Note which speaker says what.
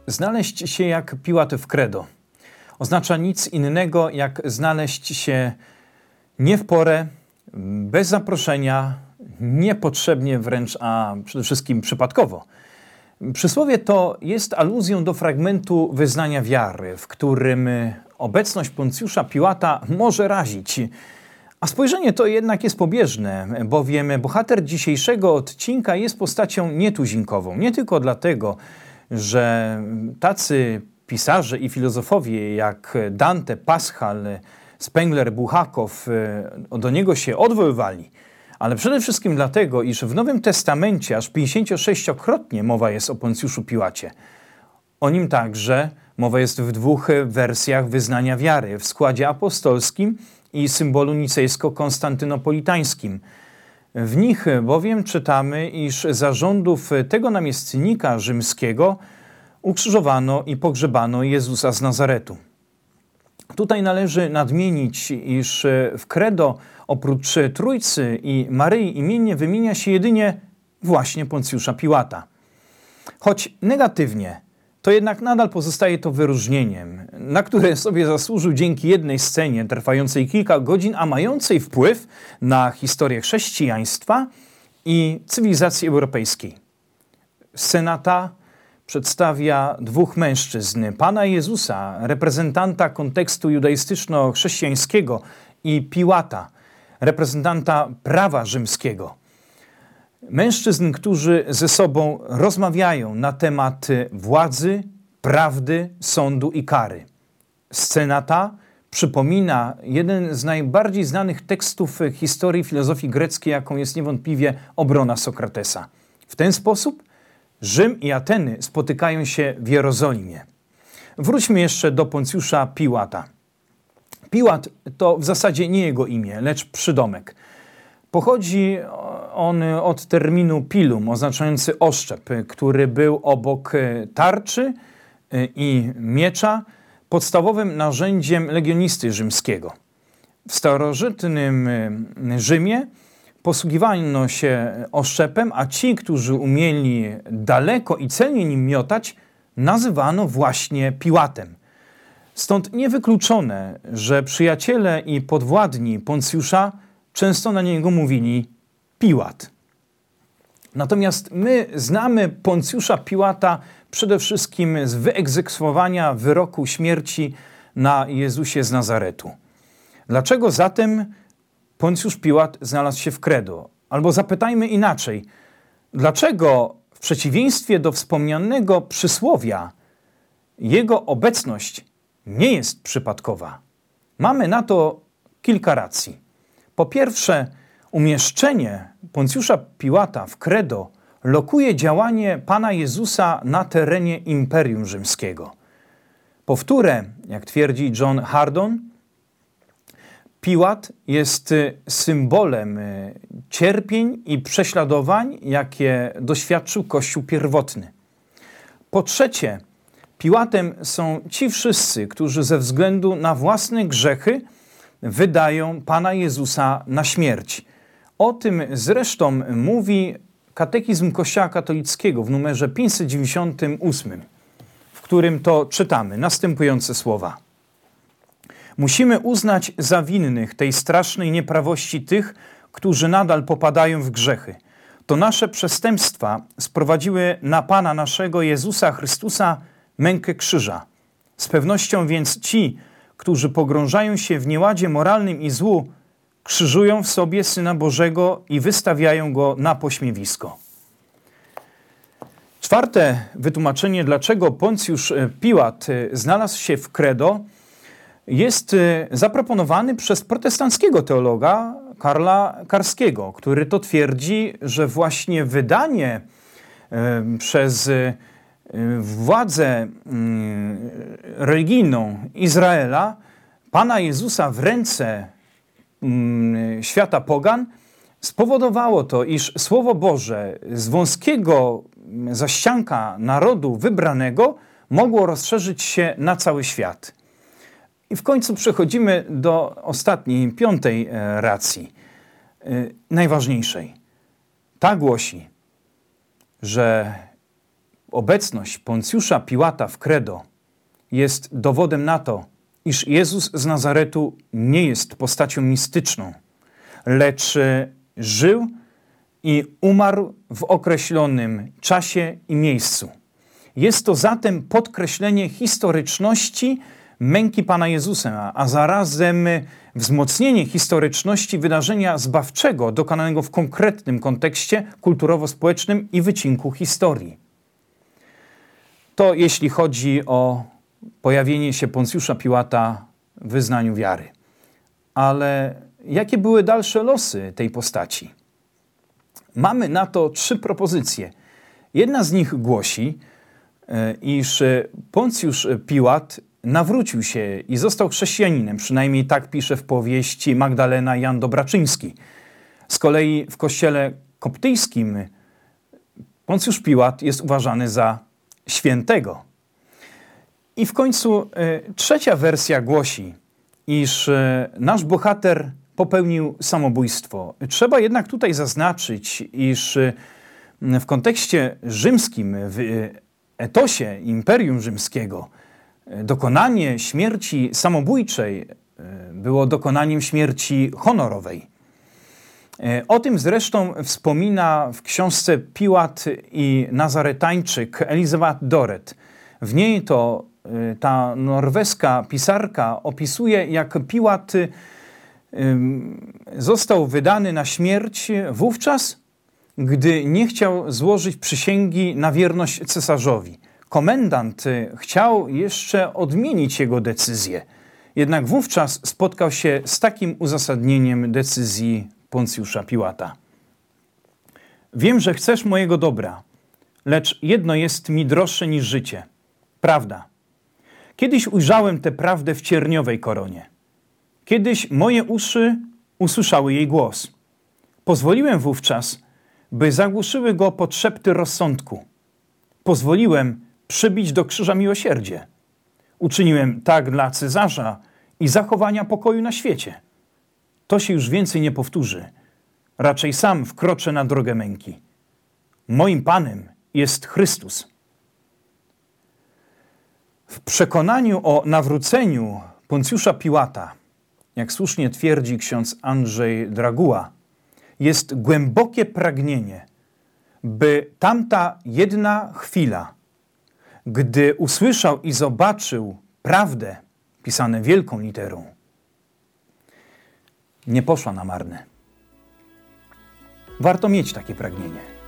Speaker 1: Znaleźć się jak Piłat w credo oznacza nic innego jak znaleźć się nie w porę, bez zaproszenia, niepotrzebnie wręcz, a przede wszystkim przypadkowo. Przysłowie to jest aluzją do fragmentu wyznania wiary, w którym obecność Poncjusza Piłata może razić. A spojrzenie to jednak jest pobieżne, bowiem bohater dzisiejszego odcinka jest postacią nietuzinkową. Nie tylko dlatego, że tacy pisarze i filozofowie jak Dante, Paschal, Spengler, Buchakow do niego się odwoływali, ale przede wszystkim dlatego, iż w Nowym Testamencie aż 56-krotnie mowa jest o Poncjuszu Piłacie. O nim także mowa jest w dwóch wersjach wyznania wiary, w składzie apostolskim i symbolu nicejsko-konstantynopolitańskim. W nich bowiem czytamy, iż za rządów tego namiestnika rzymskiego ukrzyżowano i pogrzebano Jezusa z Nazaretu. Tutaj należy nadmienić, iż w credo oprócz Trójcy i Maryi imiennie wymienia się jedynie właśnie Poncjusza Piłata. Choć negatywnie, to jednak nadal pozostaje to wyróżnieniem, na które sobie zasłużył dzięki jednej scenie trwającej kilka godzin, a mającej wpływ na historię chrześcijaństwa i cywilizacji europejskiej. Scena ta przedstawia dwóch mężczyzn, Pana Jezusa, reprezentanta kontekstu judaistyczno-chrześcijańskiego, i Piłata, reprezentanta prawa rzymskiego. Mężczyzn, którzy ze sobą rozmawiają na temat władzy, prawdy, sądu i kary. Scena ta przypomina jeden z najbardziej znanych tekstów historii filozofii greckiej, jaką jest niewątpliwie Obrona Sokratesa. W ten sposób Rzym i Ateny spotykają się w Jerozolimie. Wróćmy jeszcze do Poncjusza Piłata. Piłat to w zasadzie nie jego imię, lecz przydomek. Pochodzi on od terminu pilum, oznaczający oszczep, który był obok tarczy i miecza podstawowym narzędziem legionisty rzymskiego. W starożytnym Rzymie posługiwano się oszczepem, a ci, którzy umieli daleko i celnie nim miotać, nazywano właśnie Piłatem. Stąd niewykluczone, że przyjaciele i podwładni Poncjusza często na niego mówili Piłat. Natomiast my znamy Poncjusza Piłata przede wszystkim z wyegzekwowania wyroku śmierci na Jezusie z Nazaretu. Dlaczego zatem Poncjusz Piłat znalazł się w credo? Albo zapytajmy inaczej, dlaczego w przeciwieństwie do wspomnianego przysłowia jego obecność nie jest przypadkowa? Mamy na to kilka racji. Po pierwsze, umieszczenie Poncjusza Piłata w credo lokuje działanie Pana Jezusa na terenie Imperium Rzymskiego. Powtórę, jak twierdzi John Hardon, Piłat jest symbolem cierpień i prześladowań, jakie doświadczył Kościół pierwotny. Po trzecie, Piłatem są ci wszyscy, którzy ze względu na własne grzechy wydają Pana Jezusa na śmierć. O tym zresztą mówi Katechizm Kościoła Katolickiego w numerze 598, w którym to czytamy następujące słowa. Musimy uznać za winnych tej strasznej nieprawości tych, którzy nadal popadają w grzechy. To nasze przestępstwa sprowadziły na Pana naszego Jezusa Chrystusa mękę krzyża. Z pewnością więc ci, którzy pogrążają się w nieładzie moralnym i złu, krzyżują w sobie Syna Bożego i wystawiają Go na pośmiewisko. Czwarte wytłumaczenie, dlaczego Poncjusz Piłat znalazł się w credo, jest zaproponowany przez protestanckiego teologa Karla Karskiego, który to twierdzi, że właśnie wydanie przez władzę religijną Izraela Pana Jezusa w ręce świata pogan spowodowało to, iż Słowo Boże z wąskiego zaścianka narodu wybranego mogło rozszerzyć się na cały świat. I w końcu przechodzimy do ostatniej, piątej racji, najważniejszej. Ta głosi, że Obecność Poncjusza Piłata w credo jest dowodem na to, iż Jezus z Nazaretu nie jest postacią mistyczną, lecz żył i umarł w określonym czasie i miejscu. Jest to zatem podkreślenie historyczności męki Pana Jezusa, a zarazem wzmocnienie historyczności wydarzenia zbawczego dokonanego w konkretnym kontekście kulturowo-społecznym i wycinku historii. To jeśli chodzi o pojawienie się Poncjusza Piłata w wyznaniu wiary. Ale jakie były dalsze losy tej postaci? Mamy na to 3 propozycje. Jedna z nich głosi, iż Poncjusz Piłat nawrócił się i został chrześcijaninem. Przynajmniej tak pisze w powieści Magdalena Jan Dobraczyński. Z kolei w kościele koptyjskim Poncjusz Piłat jest uważany za świętego. I w końcu 3. wersja głosi, iż nasz bohater popełnił samobójstwo. Trzeba jednak tutaj zaznaczyć, iż w kontekście rzymskim, w etosie Imperium Rzymskiego, dokonanie śmierci samobójczej było dokonaniem śmierci honorowej. O tym zresztą wspomina w książce Piłat i Nazaretańczyk Elizabeth Doret. W niej to ta norweska pisarka opisuje, jak Piłat został wydany na śmierć wówczas, gdy nie chciał złożyć przysięgi na wierność cesarzowi. Komendant chciał jeszcze odmienić jego decyzję, jednak wówczas spotkał się z takim uzasadnieniem decyzji Poncjusza Piłata. Wiem, że chcesz mojego dobra, lecz jedno jest mi droższe niż życie. Prawda. Kiedyś ujrzałem tę prawdę w cierniowej koronie. Kiedyś moje uszy usłyszały jej głos. Pozwoliłem wówczas, by zagłuszyły go podszepty rozsądku. Pozwoliłem przybić do krzyża miłosierdzie. Uczyniłem tak dla Cezarza i zachowania pokoju na świecie. To się już więcej nie powtórzy. Raczej sam wkroczę na drogę męki. Moim Panem jest Chrystus. W przekonaniu o nawróceniu Poncjusza Piłata, jak słusznie twierdzi ksiądz Andrzej Draguła, jest głębokie pragnienie, by tamta jedna chwila, gdy usłyszał i zobaczył prawdę, pisane wielką literą, nie poszła na marne. Warto mieć takie pragnienie.